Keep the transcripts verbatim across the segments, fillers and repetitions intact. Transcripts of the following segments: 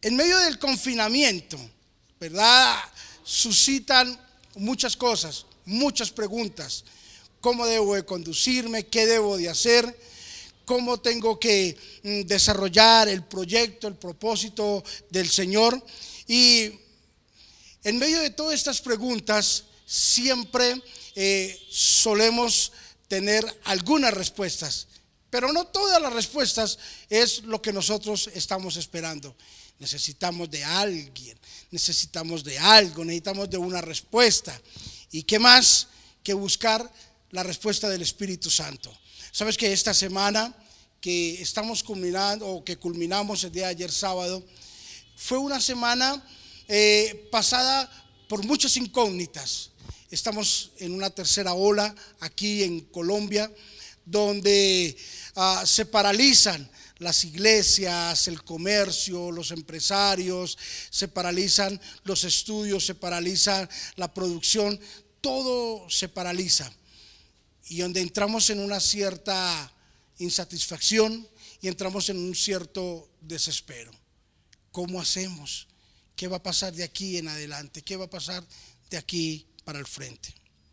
En medio del confinamiento, ¿verdad? Suscitan muchas cosas, muchas preguntas. ¿Cómo debo de conducirme? ¿Qué debo de hacer? ¿Cómo tengo que mm, desarrollar el proyecto, el propósito del Señor? Y en medio de todas estas preguntas, siempre eh, solemos tener algunas respuestas, pero no todas las respuestas es lo que nosotros estamos esperando. Necesitamos de alguien, necesitamos de algo, necesitamos de una respuesta. ¿Y qué más que buscar la respuesta del Espíritu Santo? Sabes que esta semana que estamos culminando, o que culminamos el día de ayer sábado, fue una semana eh, pasada por muchas incógnitas. Estamos en una tercera ola aquí en Colombia, donde uh, se paralizan las iglesias, el comercio, los empresarios, se paralizan los estudios, se paraliza la producción, todo se paraliza. Y donde entramos en una cierta insatisfacción y entramos en un cierto desespero. ¿Cómo hacemos? ¿Qué va a pasar de aquí en adelante? ¿Qué va a pasar de aquí para el frente?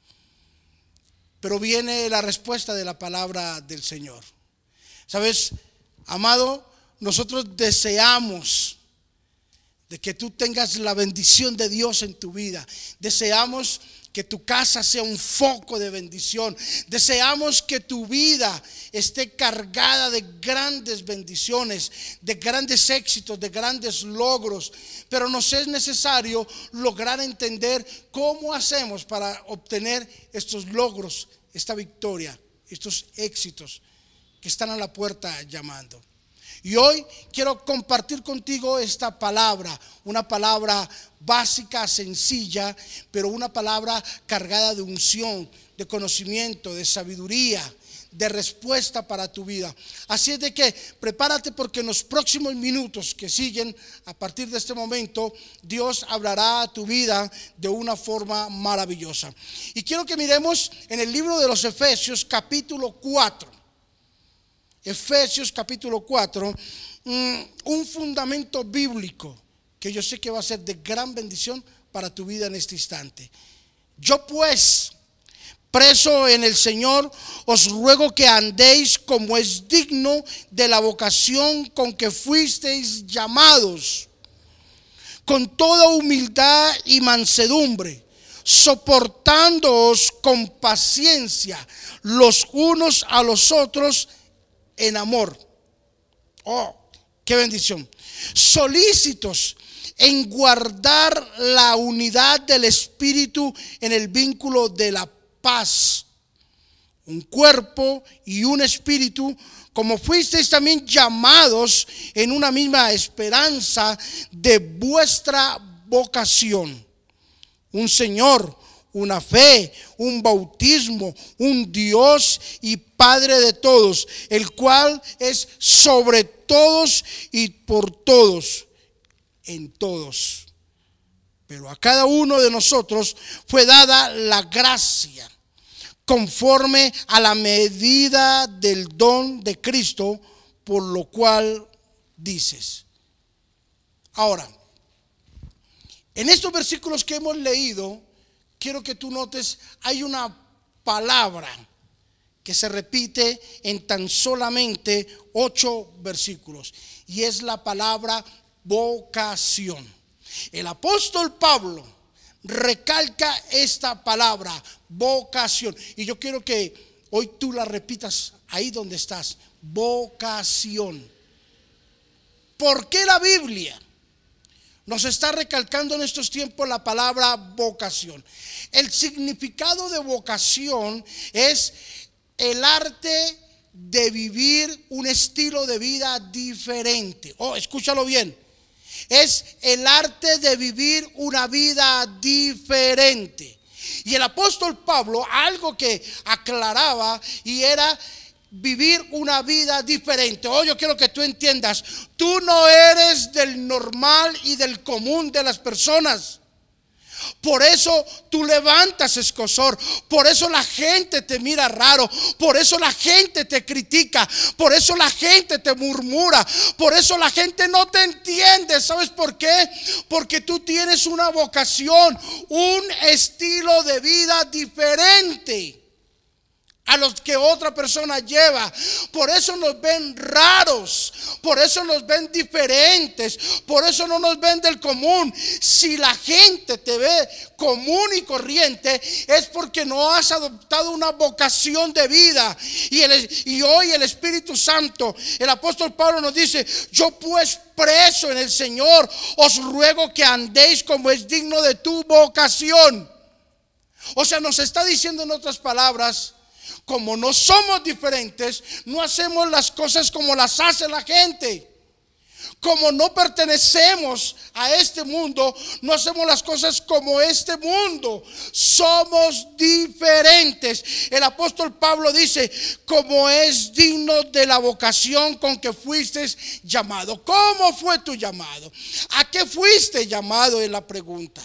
Pero viene la respuesta de la palabra del Señor. ¿Sabes, amado? Nosotros deseamos de que tú tengas la bendición de Dios en tu vida. Deseamos que tu casa sea un foco de bendición. Deseamos que tu vida esté cargada de grandes bendiciones, de grandes éxitos, de grandes logros. Pero nos es necesario lograr entender cómo hacemos para obtener estos logros, esta victoria, estos éxitos que están a la puerta llamando. Y hoy quiero compartir contigo esta palabra, una palabra básica, sencilla, pero una palabra cargada de unción, de conocimiento, de sabiduría, de respuesta para tu vida. Así es de que prepárate, porque en los próximos minutos que siguen a partir de este momento, Dios hablará a tu vida de una forma maravillosa. Y quiero que miremos en el libro de los Efesios capítulo cuatro. Efesios capítulo cuatro, un fundamento bíblico que yo sé que va a ser de gran bendición para tu vida en este instante. Yo pues, preso en el Señor, os ruego que andéis como es digno de la vocación con que fuisteis llamados, con toda humildad y mansedumbre, soportándoos con paciencia los unos a los otros en amor. Oh, qué bendición. Solícitos en guardar la unidad del Espíritu en el vínculo de la paz. Un cuerpo y un espíritu, como fuisteis también llamados en una misma esperanza de vuestra vocación. Un Señor, una fe, un bautismo, un Dios y Padre de todos, el cual es sobre todos y por todos, en todos. Pero a cada uno de nosotros fue dada la gracia conforme a la medida del don de Cristo, por lo cual dices. Ahora, en estos versículos que hemos leído, quiero que tú notes, hay una palabra que se repite en tan solamente ocho versículos, y es la palabra vocación. El apóstol Pablo recalca esta palabra, vocación, y yo quiero que hoy tú la repitas ahí donde estás, vocación. ¿Por qué la Biblia nos está recalcando en estos tiempos la palabra vocación? El significado de vocación es el arte de vivir un estilo de vida diferente. Oh, escúchalo bien. Es el arte de vivir una vida diferente. Y el apóstol Pablo algo que aclaraba, y era vivir una vida diferente. Oh, yo quiero que tú entiendas, tú no eres del normal y del común de las personas. Por eso tú levantas escozor, por eso la gente te mira raro, por eso la gente te critica, por eso la gente te murmura, por eso la gente no te entiende diferentes. ¿Sabes por qué? Porque tú tienes una vocación, un estilo de vida diferente a los que otra persona lleva. Por eso nos ven raros, por eso nos ven diferentes, por eso no nos ven del común. Si la gente te ve común y corriente, es porque no has adoptado una vocación de vida. Y, el, y hoy el Espíritu Santo, el apóstol Pablo nos dice: yo pues, preso en el Señor, os ruego que andéis como es digno de tu vocación. O sea, nos está diciendo en otras palabras: como no somos diferentes, no hacemos las cosas como las hace la gente. Como no pertenecemos a este mundo, no hacemos las cosas como este mundo. Somos diferentes. El apóstol Pablo dice: como es digno de la vocación con que fuiste llamado. ¿Cómo fue tu llamado? ¿A qué fuiste llamado? Es la pregunta.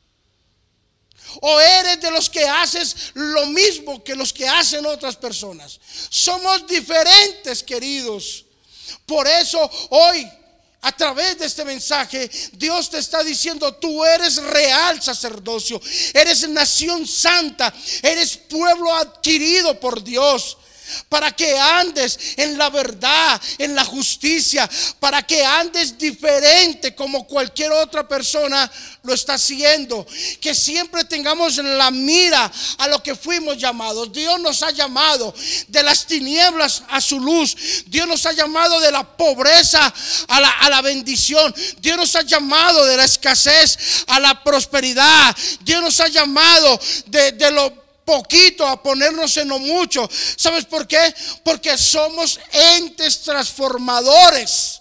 ¿O eres de los que haces lo mismo que los que hacen otras personas? Somos diferentes, queridos. Por eso hoy, a través de este mensaje, Dios te está diciendo: tú eres real sacerdocio, eres nación santa, eres pueblo adquirido por Dios, para que andes en la verdad, en la justicia, para que andes diferente como cualquier otra persona lo está haciendo. Que siempre tengamos en la mira a lo que fuimos llamados. Dios nos ha llamado de las tinieblas a su luz. Dios nos ha llamado de la pobreza a la, a la bendición. Dios nos ha llamado de la escasez a la prosperidad. Dios nos ha llamado de, de lo poquito a ponernos en lo mucho. ¿Sabes por qué? Porque somos entes transformadores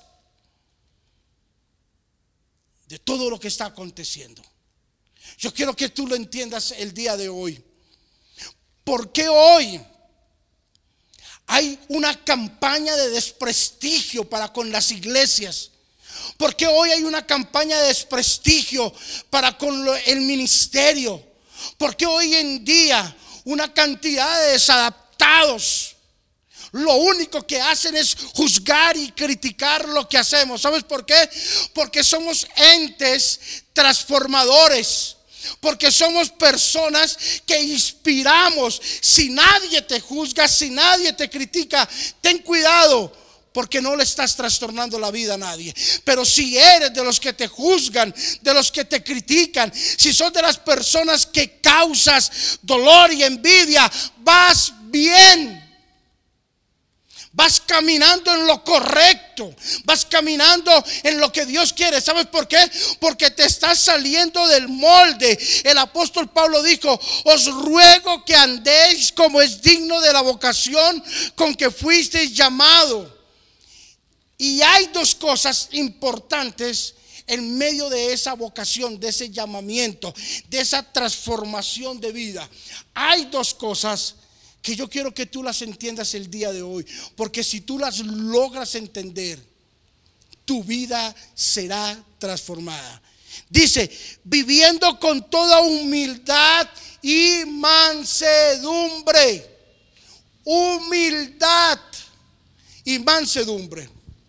de todo lo que está aconteciendo. Yo quiero que tú lo entiendas el día de hoy. ¿Por qué hoy hay una campaña de desprestigio para con las iglesias? ¿Por qué hoy hay una campaña de desprestigio para con el ministerio? Porque hoy en día una cantidad de desadaptados lo único que hacen es juzgar y criticar lo que hacemos. ¿Sabes por qué? Porque somos entes transformadores. Porque somos personas que inspiramos. Si nadie te juzga, si nadie te critica, ten cuidado, porque no le estás trastornando la vida a nadie. Pero si eres de los que te juzgan, de los que te critican, si sos de las personas que causas dolor y envidia, vas bien. Vas caminando en lo correcto, vas caminando en lo que Dios quiere. ¿Sabes por qué? Porque te estás saliendo del molde. El apóstol Pablo dijo: os ruego que andéis como es digno de la vocación con que fuisteis llamado. Y hay dos cosas importantes en medio de esa vocación, de ese llamamiento, de esa transformación de vida. Hay dos cosas que yo quiero que tú las entiendas el día de hoy, porque si tú las logras entender, tu vida será transformada. Dice: viviendo con toda humildad y mansedumbre. Humildad y mansedumbre.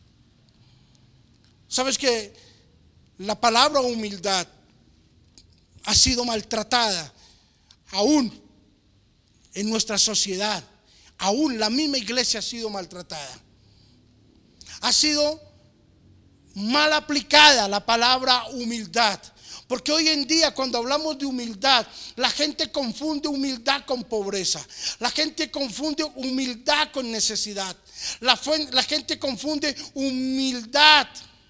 ¿Sabes que la palabra humildad ha sido maltratada aún en nuestra sociedad? Aún la misma iglesia ha sido maltratada. Ha sido mal aplicada la palabra humildad. Porque hoy en día, cuando hablamos de humildad, la gente confunde humildad con pobreza. La gente confunde humildad con necesidad. La, la gente confunde humildad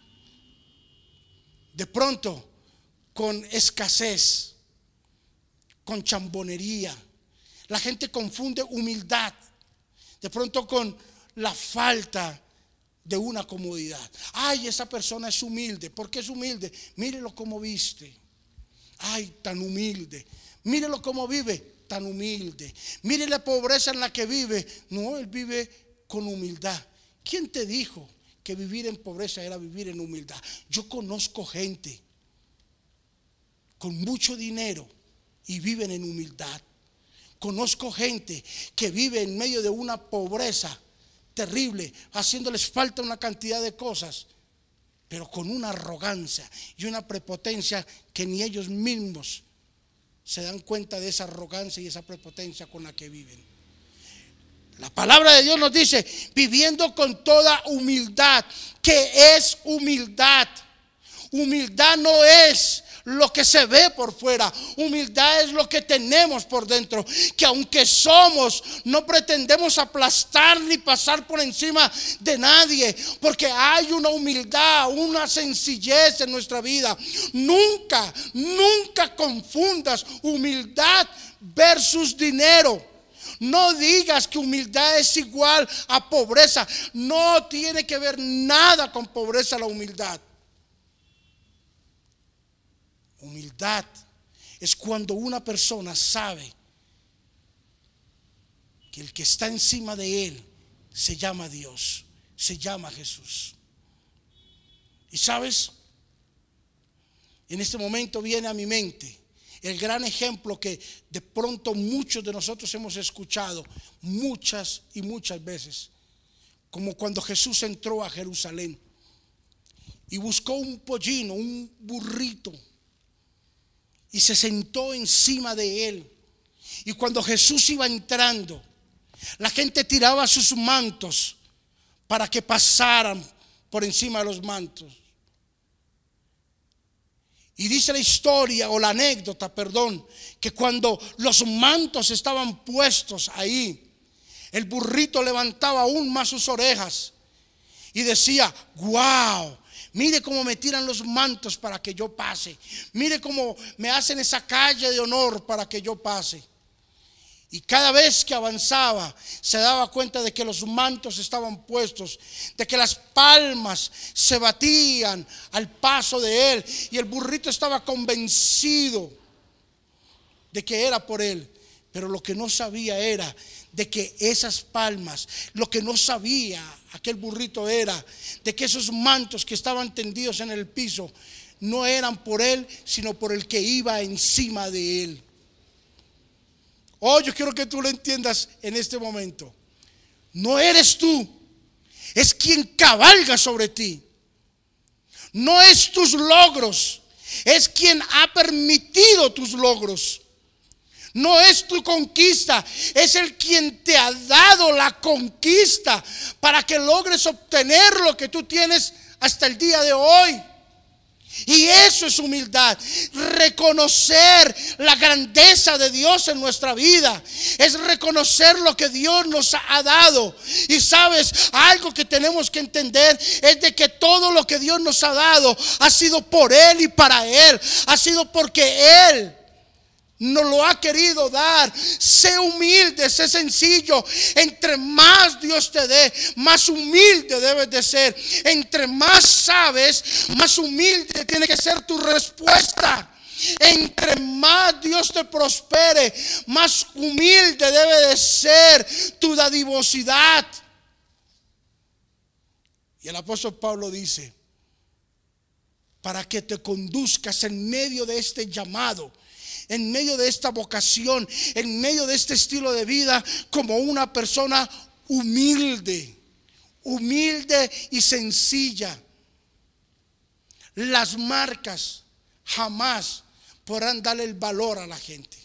de pronto con escasez, con chambonería. La gente confunde humildad de pronto con la falta de una comodidad. Ay, esa persona es humilde. ¿Por qué es humilde? Mírelo cómo viste. Ay, tan humilde. Mírelo cómo vive, tan humilde. Mire la pobreza en la que vive. No, él vive con humildad. ¿Quién te dijo que vivir en pobreza era vivir en humildad? Yo conozco gente con mucho dinero y viven en humildad. Conozco gente que vive en medio de una pobreza terrible, haciéndoles falta una cantidad de cosas, pero con una arrogancia y una prepotencia que ni ellos mismos se dan cuenta de esa arrogancia y esa prepotencia con la que viven. La palabra de Dios nos dice, viviendo con toda humildad. ¿Qué es humildad? Humildad no es lo que se ve por fuera. Humildad es lo que tenemos por dentro. Que aunque somos, no pretendemos aplastar ni pasar por encima de nadie, porque hay una humildad, una sencillez en nuestra vida. Nunca, nunca confundas humildad versus dinero. No digas que humildad es igual a pobreza. No tiene que ver nada con pobreza la humildad. Humildad es cuando una persona sabe que el que está encima de él se llama Dios, se llama Jesús. Y sabes, en este momento viene a mi mente el gran ejemplo que de pronto muchos de nosotros hemos escuchado muchas y muchas veces, como cuando Jesús entró a Jerusalén y buscó un pollino, un burrito, y se sentó encima de él. Y cuando Jesús iba entrando, la gente tiraba sus mantos para que pasaran por encima de los mantos. Y dice la historia, o la anécdota, perdón, que cuando los mantos estaban puestos ahí, el burrito levantaba aún más sus orejas y decía: wow, mire cómo me tiran los mantos para que yo pase. Mire cómo me hacen esa calle de honor para que yo pase. Y cada vez que avanzaba se daba cuenta de que los mantos estaban puestos, de que las palmas se batían al paso de él, y el burrito estaba convencido de que era por él. Pero lo que no sabía era de que esas palmas, lo que no sabía aquel burrito era de que esos mantos que estaban tendidos en el piso no eran por él, sino por el que iba encima de él. Oh, yo quiero que tú lo entiendas en este momento. No eres tú, es quien cabalga sobre ti. No es tus logros, es quien ha permitido tus logros. No es tu conquista, es el quien te ha dado la conquista para que logres obtener lo que tú tienes hasta el día de hoy. Y eso es humildad, reconocer la grandeza de Dios en nuestra vida, es reconocer lo que Dios nos ha dado. Y sabes, algo que tenemos que entender es de que todo lo que Dios nos ha dado ha sido por Él y para Él, ha sido porque Él nos lo ha querido dar. Sé humilde, sé sencillo. Entre más Dios te dé, más humilde debes de ser. Entre más sabes, más humilde tiene que ser tu respuesta. Entre más Dios te prospere, más humilde debe de ser tu dadivosidad. Y el apóstol Pablo dice: para que te conduzcas en medio de este llamado, en medio de esta vocación, en medio de este estilo de vida, como una persona humilde, humilde y sencilla. Las marcas jamás podrán darle el valor a la gente.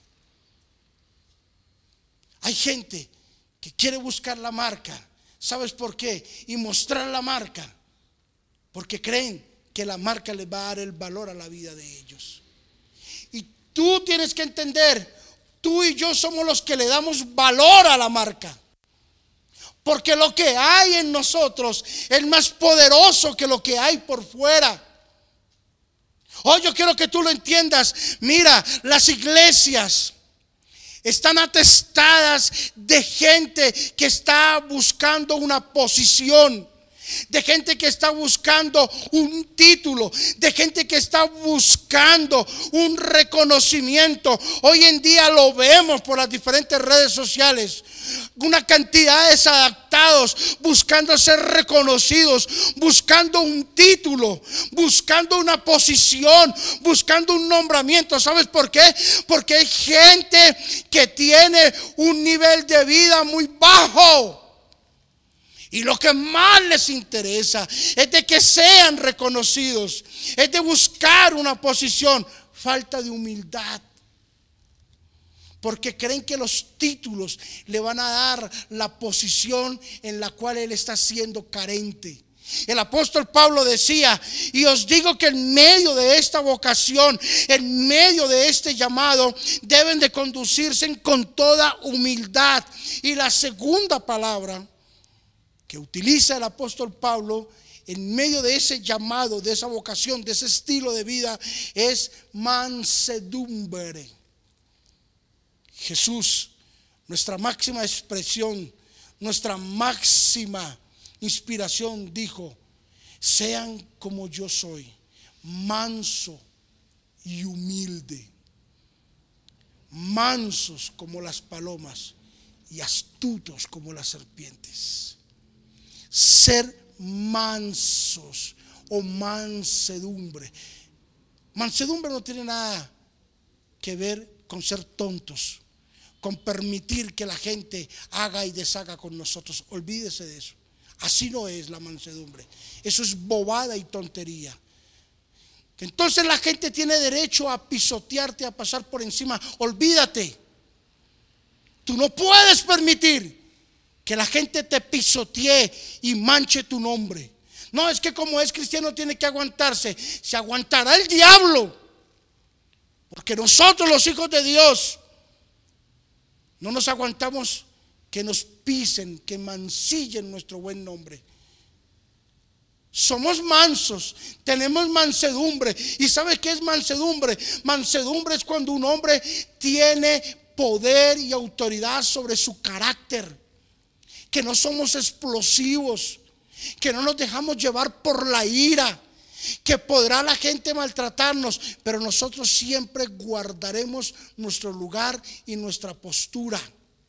Hay gente que quiere buscar la marca. ¿Sabes por qué? Y mostrar la marca, porque creen que la marca les va a dar el valor a la vida de ellos. Tú tienes que entender, tú y yo somos los que le damos valor a la marca, porque lo que hay en nosotros es más poderoso que lo que hay por fuera. Oh, yo quiero que tú lo entiendas. Mira, las iglesias están atestadas de gente que está buscando una posición, de gente que está buscando un título, de gente que está buscando un reconocimiento. Hoy en día lo vemos por las diferentes redes sociales, una cantidad de desadaptados buscando ser reconocidos, buscando un título, buscando una posición, buscando un nombramiento. ¿Sabes por qué? Porque hay gente que tiene un nivel de vida muy bajo. Y lo que más les interesa es de que sean reconocidos, es de buscar una posición. Falta de humildad, porque creen que los títulos le van a dar la posición en la cual él está siendo carente. El apóstol Pablo decía: y os digo que en medio de esta vocación, en medio de este llamado, deben de conducirse con toda humildad. Y la segunda palabra que utiliza el apóstol Pablo en medio de ese llamado, de esa vocación, de ese estilo de vida, es mansedumbre. Jesús, nuestra máxima expresión, nuestra máxima inspiración, dijo: sean como yo soy, manso y humilde, mansos como las palomas y astutos como las serpientes. Ser mansos o mansedumbre. Mansedumbre no tiene nada que ver con ser tontos, con permitir que la gente haga y deshaga con nosotros. Olvídese de eso. Así no es la mansedumbre. Eso es bobada y tontería. Que entonces la gente tiene derecho a pisotearte, a pasar por encima. Olvídate. Tú no puedes permitir que la gente te pisotee y manche tu nombre. No, es que como es cristiano tiene que aguantarse. Se aguantará el diablo, porque nosotros, los hijos de Dios, no nos aguantamos que nos pisen, que mancillen nuestro buen nombre. Somos mansos, tenemos mansedumbre. ¿Y sabes qué es mansedumbre? Mansedumbre es cuando un hombre tiene poder y autoridad sobre su carácter, que no somos explosivos, que no nos dejamos llevar por la ira, que podrá la gente maltratarnos, pero nosotros siempre guardaremos nuestro lugar y nuestra postura,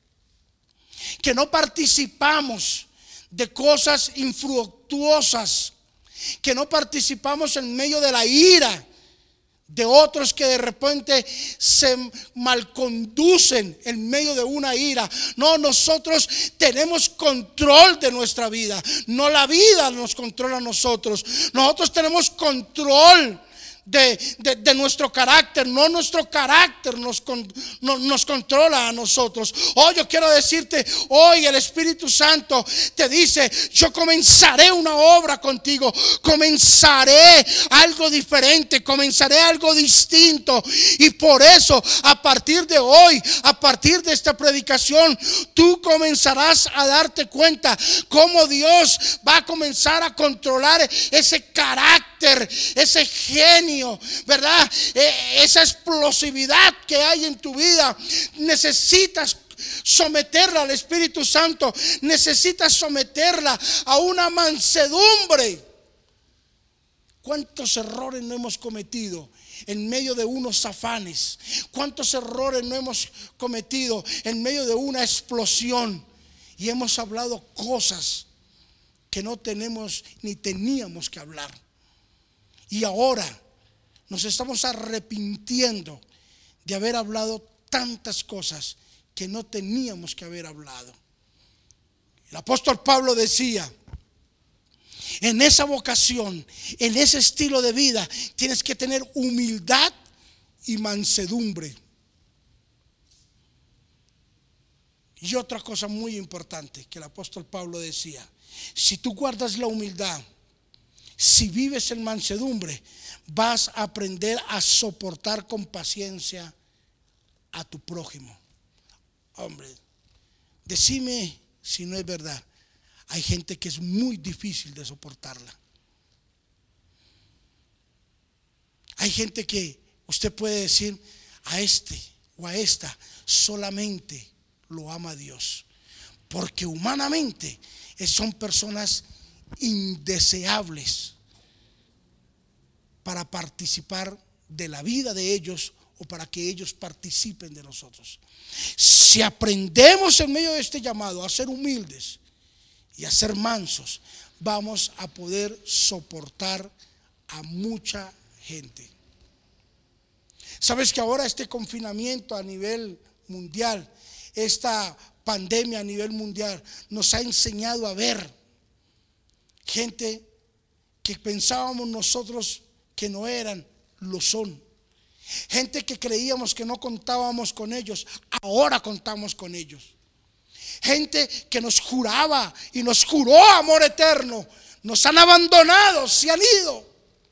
que no participamos de cosas infructuosas, que no participamos en medio de la ira de otros que de repente se malconducen en medio de una ira. No, nosotros tenemos control de nuestra vida, no la vida nos controla a nosotros. Nosotros tenemos control De, de, de nuestro carácter, no nuestro carácter nos, con, no, nos controla a nosotros. Hoy yo quiero decirte, hoy el Espíritu Santo te dice: yo comenzaré una obra contigo, comenzaré algo diferente, comenzaré algo distinto. Y por eso, a partir de hoy, a partir de esta predicación, tú comenzarás a darte cuenta cómo Dios va a comenzar a controlar ese carácter, ese genio, ¿verdad? Eh, esa explosividad que hay en tu vida. Necesitas someterla al Espíritu Santo, necesitas someterla a una mansedumbre. ¿Cuántos errores no hemos cometido en medio de unos afanes? ¿Cuántos errores no hemos cometido en medio de una explosión? Y hemos hablado cosas que no tenemos ni teníamos que hablar. Y ahora nos estamos arrepintiendo de haber hablado tantas cosas que no teníamos que haber hablado. El apóstol Pablo decía: en esa vocación, en ese estilo de vida, tienes que tener humildad y mansedumbre. Y otra cosa muy importante que el apóstol Pablo decía: si tú guardas la humildad, si vives en mansedumbre, vas a aprender a soportar con paciencia a tu prójimo. Hombre, decime si no es verdad. Hay gente que es muy difícil de soportarla. Hay gente que usted puede decir: a este o a esta solamente lo ama Dios, porque humanamente son personas indeseables para participar de la vida de ellos o para que ellos participen de nosotros. Si aprendemos en medio de este llamado a ser humildes y a ser mansos, vamos a poder soportar a mucha gente. ¿Sabes que ahora este confinamiento a nivel mundial, esta pandemia a nivel mundial, nos ha enseñado a ver Gente que pensábamos nosotros que no eran, lo son. Gente que creíamos que no contábamos con ellos, ahora contamos con ellos. Gente que nos juraba y nos juró amor eterno, nos han abandonado, se han ido.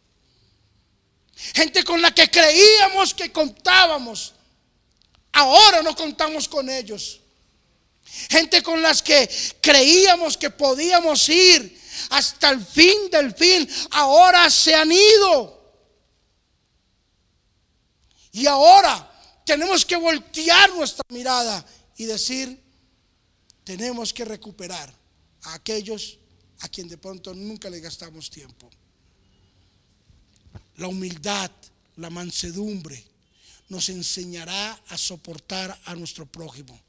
Gente con la que creíamos que contábamos, ahora no contamos con ellos. Gente con las que creíamos que podíamos ir hasta el fin del fin, ahora se han ido. Y ahora tenemos que voltear nuestra mirada y decir: tenemos que recuperar a aquellos a quien de pronto nunca le gastamos tiempo. La humildad, la mansedumbre nos enseñará a soportar a nuestro prójimo.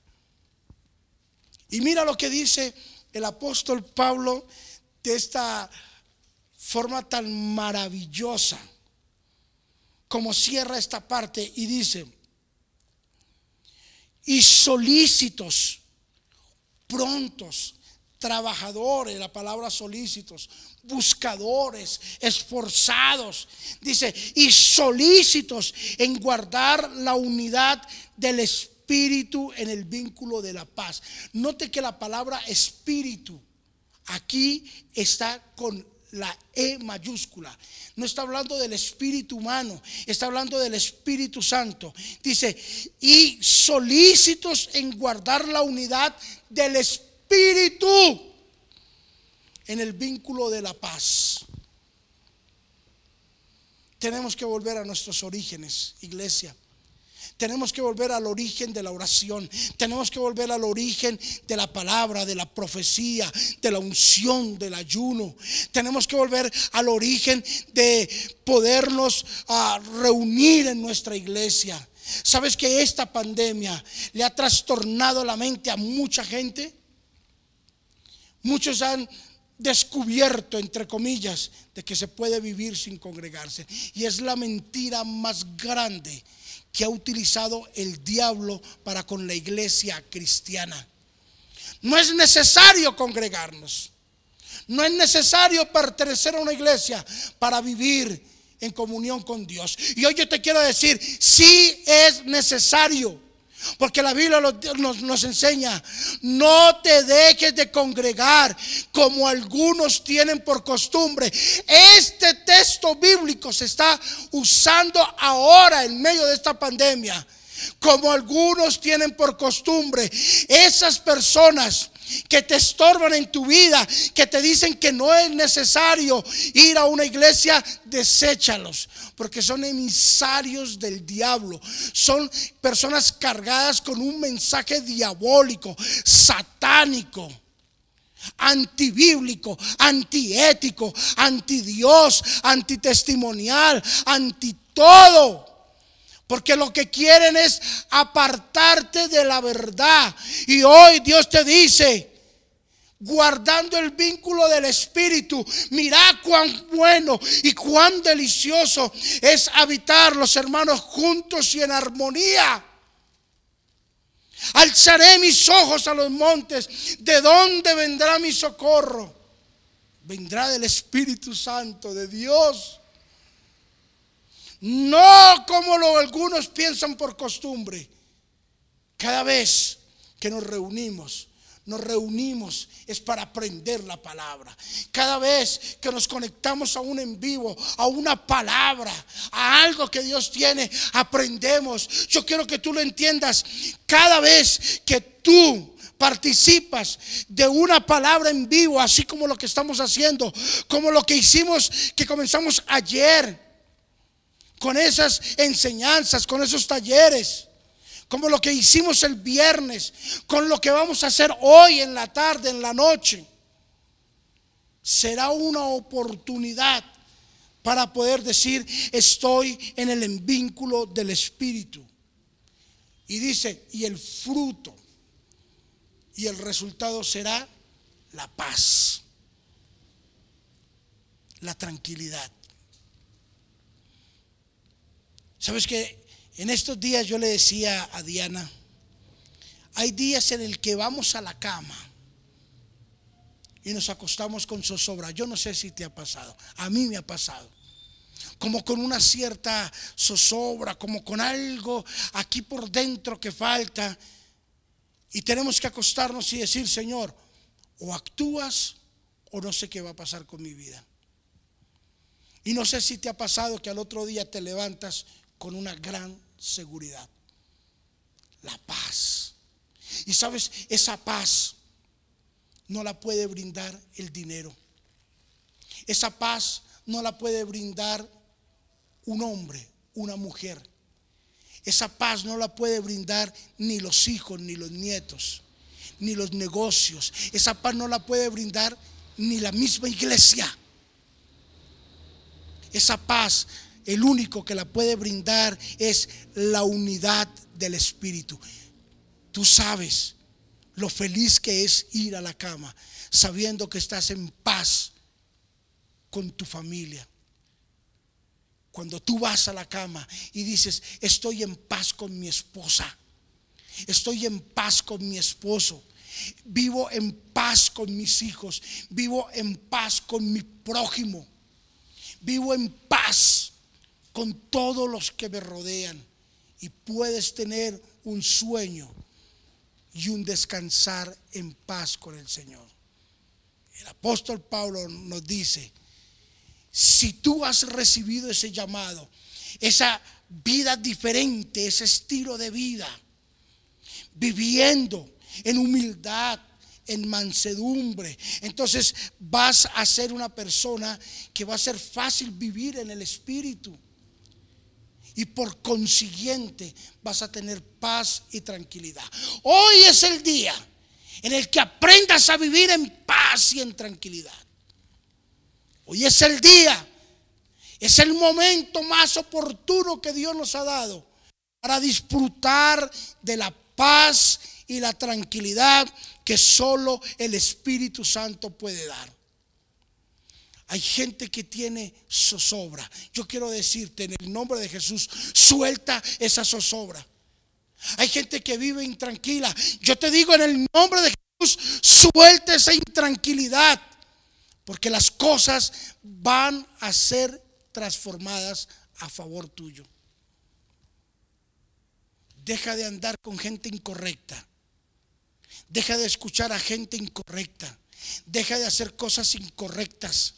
Y mira lo que dice el apóstol Pablo de esta forma tan maravillosa, como cierra esta parte y dice: y solícitos, prontos, trabajadores, la palabra solícitos, buscadores, esforzados, dice, y solícitos en guardar la unidad del espíritu en el vínculo de la paz. Note que la palabra espíritu aquí está con la E mayúscula. No está hablando del espíritu humano, está hablando del Espíritu Santo. Dice, y solícitos en guardar la unidad del espíritu en el vínculo de la paz. Tenemos que volver a nuestros orígenes, iglesia. Tenemos que volver al origen de la oración. Tenemos que volver al origen de la palabra, de la profecía, de la unción, del ayuno. Tenemos que volver al origen de podernos uh, reunir en nuestra iglesia. ¿Sabes que esta pandemia le ha trastornado la mente a mucha gente? Muchos han descubierto, entre comillas, de que se puede vivir sin congregarse. Y es la mentira más grande que ha utilizado el diablo para con la iglesia cristiana. No es necesario congregarnos. No es necesario pertenecer a una iglesia para vivir en comunión con Dios. Y hoy yo te quiero decir, sí es necesario. Porque la Biblia nos, nos enseña: no te dejes de congregar como algunos tienen por costumbre. Este texto bíblico se está usando ahora en medio de esta pandemia, como algunos tienen por costumbre. Esas personas que te estorban en tu vida, que te dicen que no es necesario ir a una iglesia, deséchalos, porque son emisarios del diablo. Son personas cargadas con un mensaje diabólico, satánico, antibíblico, antiético, antidios, antitestimonial, anti todo. Porque lo que quieren es apartarte de la verdad. Y hoy Dios te dice, guardando el vínculo del espíritu, mira cuán bueno y cuán delicioso es habitar los hermanos juntos y en armonía. Alzaré mis ojos a los montes. ¿De dónde vendrá mi socorro? Vendrá del Espíritu Santo de Dios. No como lo algunos piensan por costumbre. Cada vez que nos reunimos, nos reunimos es para aprender la palabra. Cada vez que nos conectamos a un en vivo, a una palabra, a algo que Dios tiene, aprendemos. Yo quiero que tú lo entiendas. Cada vez que tú participas de una palabra en vivo, así como lo que estamos haciendo, como lo que hicimos, que comenzamos ayer, con esas enseñanzas, con esos talleres, como lo que hicimos el viernes, con lo que vamos a hacer hoy en la tarde, en la noche, será una oportunidad para poder decir: estoy en el vínculo del Espíritu. Y dice, y el fruto y el resultado será la paz, la tranquilidad. ¿Sabes qué? En estos días yo le decía a Diana, hay días en el que vamos a la cama y nos acostamos con zozobra. Yo no sé si te ha pasado, a mí me ha pasado. Como con una cierta zozobra, como con algo aquí por dentro que falta. Y tenemos que acostarnos y decir: Señor, o actúas o no sé qué va a pasar con mi vida. Y no sé si te ha pasado que al otro día te levantas con una gran seguridad, la paz. Y sabes, esa paz no la puede brindar el dinero. Esa paz no la puede brindar un hombre, una mujer. Esa paz no la puede brindar ni los hijos, ni los nietos, ni los negocios. Esa paz no la puede brindar ni la misma iglesia. Esa paz, el único que la puede brindar es la unidad del Espíritu. Tú sabes lo feliz que es ir a la cama sabiendo que estás en paz con tu familia. Cuando tú vas a la cama y dices: estoy en paz con mi esposa, estoy en paz con mi esposo, vivo en paz con mis hijos, vivo en paz con mi prójimo, vivo en paz con todos los que me rodean. Y puedes tener un sueño y un descansar en paz con el Señor. El apóstol Pablo nos dice: si tú has recibido ese llamado, esa vida diferente, ese estilo de vida, viviendo en humildad, en mansedumbre, entonces vas a ser una persona que va a ser fácil vivir en el Espíritu. Y por consiguiente vas a tener paz y tranquilidad. Hoy es el día en el que aprendas a vivir en paz y en tranquilidad. Hoy es el día, es el momento más oportuno que Dios nos ha dado para disfrutar de la paz y la tranquilidad que solo el Espíritu Santo puede dar. Hay gente que tiene zozobra. Yo quiero decirte, en el nombre de Jesús, suelta esa zozobra. Hay gente que vive intranquila. Yo te digo, en el nombre de Jesús, suelta esa intranquilidad, porque las cosas van a ser transformadas a favor tuyo. Deja de andar con gente incorrecta. Deja de escuchar a gente incorrecta. Deja de hacer cosas incorrectas.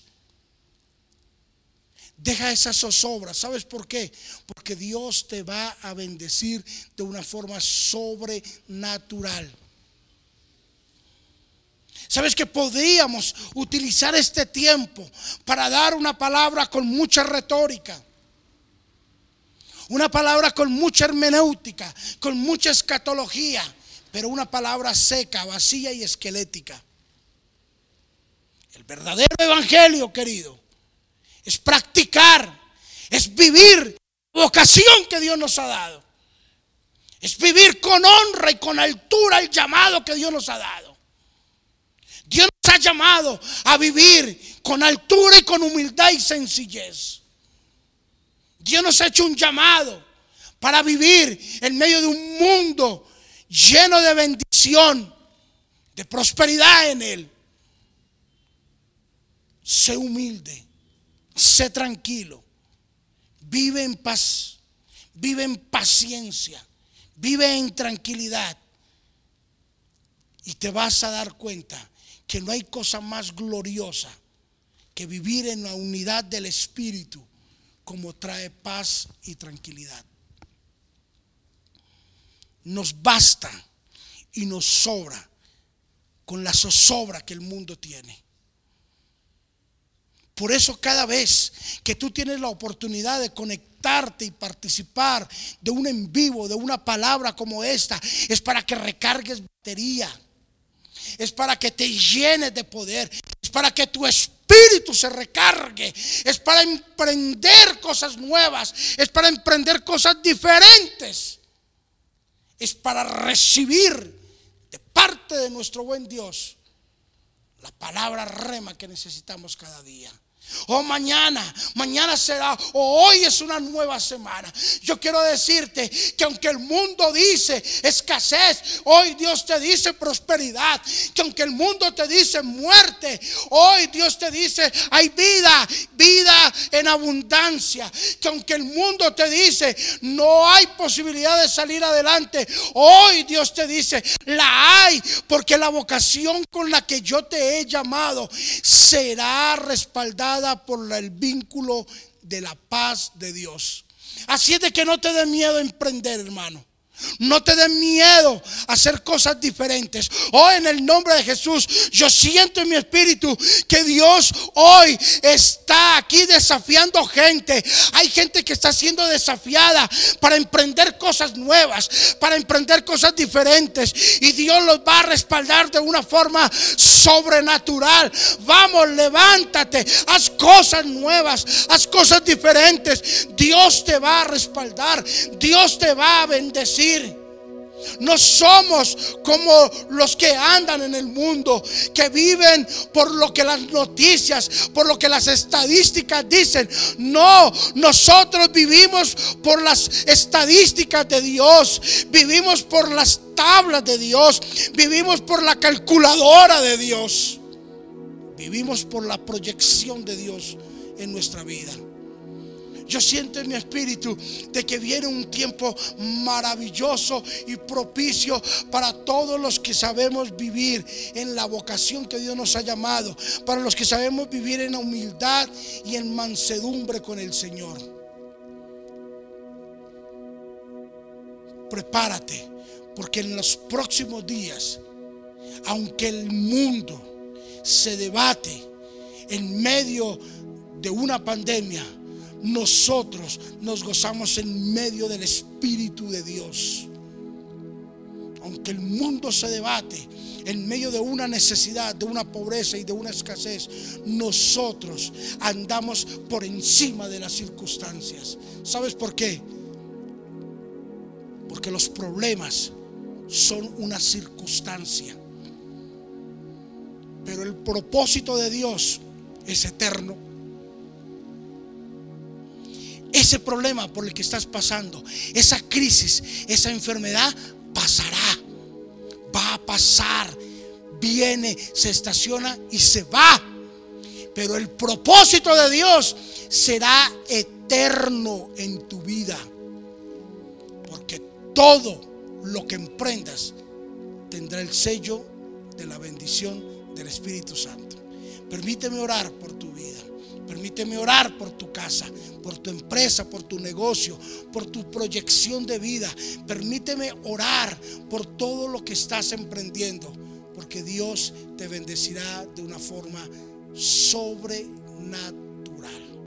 Deja esa zozobra. ¿Sabes por qué? Porque Dios te va a bendecir de una forma sobrenatural. ¿Sabes que podríamos utilizar este tiempo para dar una palabra con mucha retórica? Una palabra con mucha hermenéutica, con mucha escatología, pero una palabra seca, vacía y esquelética. El verdadero evangelio, querido, es practicar, es vivir la vocación que Dios nos ha dado. Es vivir con honra y con altura el llamado que Dios nos ha dado. Dios nos ha llamado a vivir con altura y con humildad y sencillez. Dios nos ha hecho un llamado para vivir en medio de un mundo lleno de bendición, de prosperidad en él. Sé humilde, sé tranquilo, vive en paz, vive en paciencia, vive en tranquilidad. Y te vas a dar cuenta que no hay cosa más gloriosa que vivir en la unidad del Espíritu, como trae paz y tranquilidad. Nos basta y nos sobra con la zozobra que el mundo tiene. Por eso cada vez que tú tienes la oportunidad de conectarte y participar de un en vivo, de una palabra como esta, es para que recargues batería, es para que te llenes de poder, es para que tu espíritu se recargue, es para emprender cosas nuevas, es para emprender cosas diferentes, es para recibir de parte de nuestro buen Dios la palabra rema que necesitamos cada día. O mañana, mañana será, o hoy es una nueva semana. Yo quiero decirte que aunque el mundo dice escasez, hoy Dios te dice prosperidad. Que aunque el mundo te dice muerte, hoy Dios te dice hay vida, vida en abundancia. Que aunque el mundo te dice no hay posibilidad de salir adelante, hoy Dios te dice la hay, porque la vocación con la que yo te he llamado será respaldada por el vínculo de la paz de Dios. Así es de que no te dé miedo emprender, hermano. No te dé miedo hacer cosas diferentes. Hoy en el nombre de Jesús, yo siento en mi espíritu que Dios hoy está aquí desafiando gente. Hay gente que está siendo desafiada para emprender cosas nuevas, para emprender cosas diferentes, y Dios los va a respaldar de una forma sobrenatural. Vamos, levántate, haz cosas nuevas, haz cosas diferentes. Dios te va a respaldar, Dios te va a bendecir. No somos como los que andan en el mundo, que viven por lo que las noticias, por lo que las estadísticas dicen. No, nosotros vivimos por las estadísticas de Dios, vivimos por las tablas de Dios, vivimos por la calculadora de Dios, vivimos por la proyección de Dios en nuestra vida. Yo siento en mi espíritu de que viene un tiempo maravilloso y propicio para todos los que sabemos vivir en la vocación que Dios nos ha llamado, para los que sabemos vivir en humildad y en mansedumbre con el Señor. Prepárate, porque en los próximos días, aunque el mundo se debate en medio de una pandemia, nosotros nos gozamos en medio del Espíritu de Dios. Aunque el mundo se debate en medio de una necesidad, de una pobreza y de una escasez, nosotros andamos por encima de las circunstancias. ¿Sabes por qué? Porque los problemas son una circunstancia, pero el propósito de Dios es eterno. Ese problema por el que estás pasando, esa crisis, esa enfermedad pasará, va a pasar, viene, se estaciona y se va. Pero el propósito de Dios será eterno en tu vida, porque todo lo que emprendas tendrá el sello de la bendición del Espíritu Santo. Permíteme orar por tu vida. Permíteme orar por tu casa, por tu empresa, por tu negocio, por tu proyección de vida. Permíteme orar por todo lo que estás emprendiendo, porque Dios te bendecirá de una forma sobrenatural.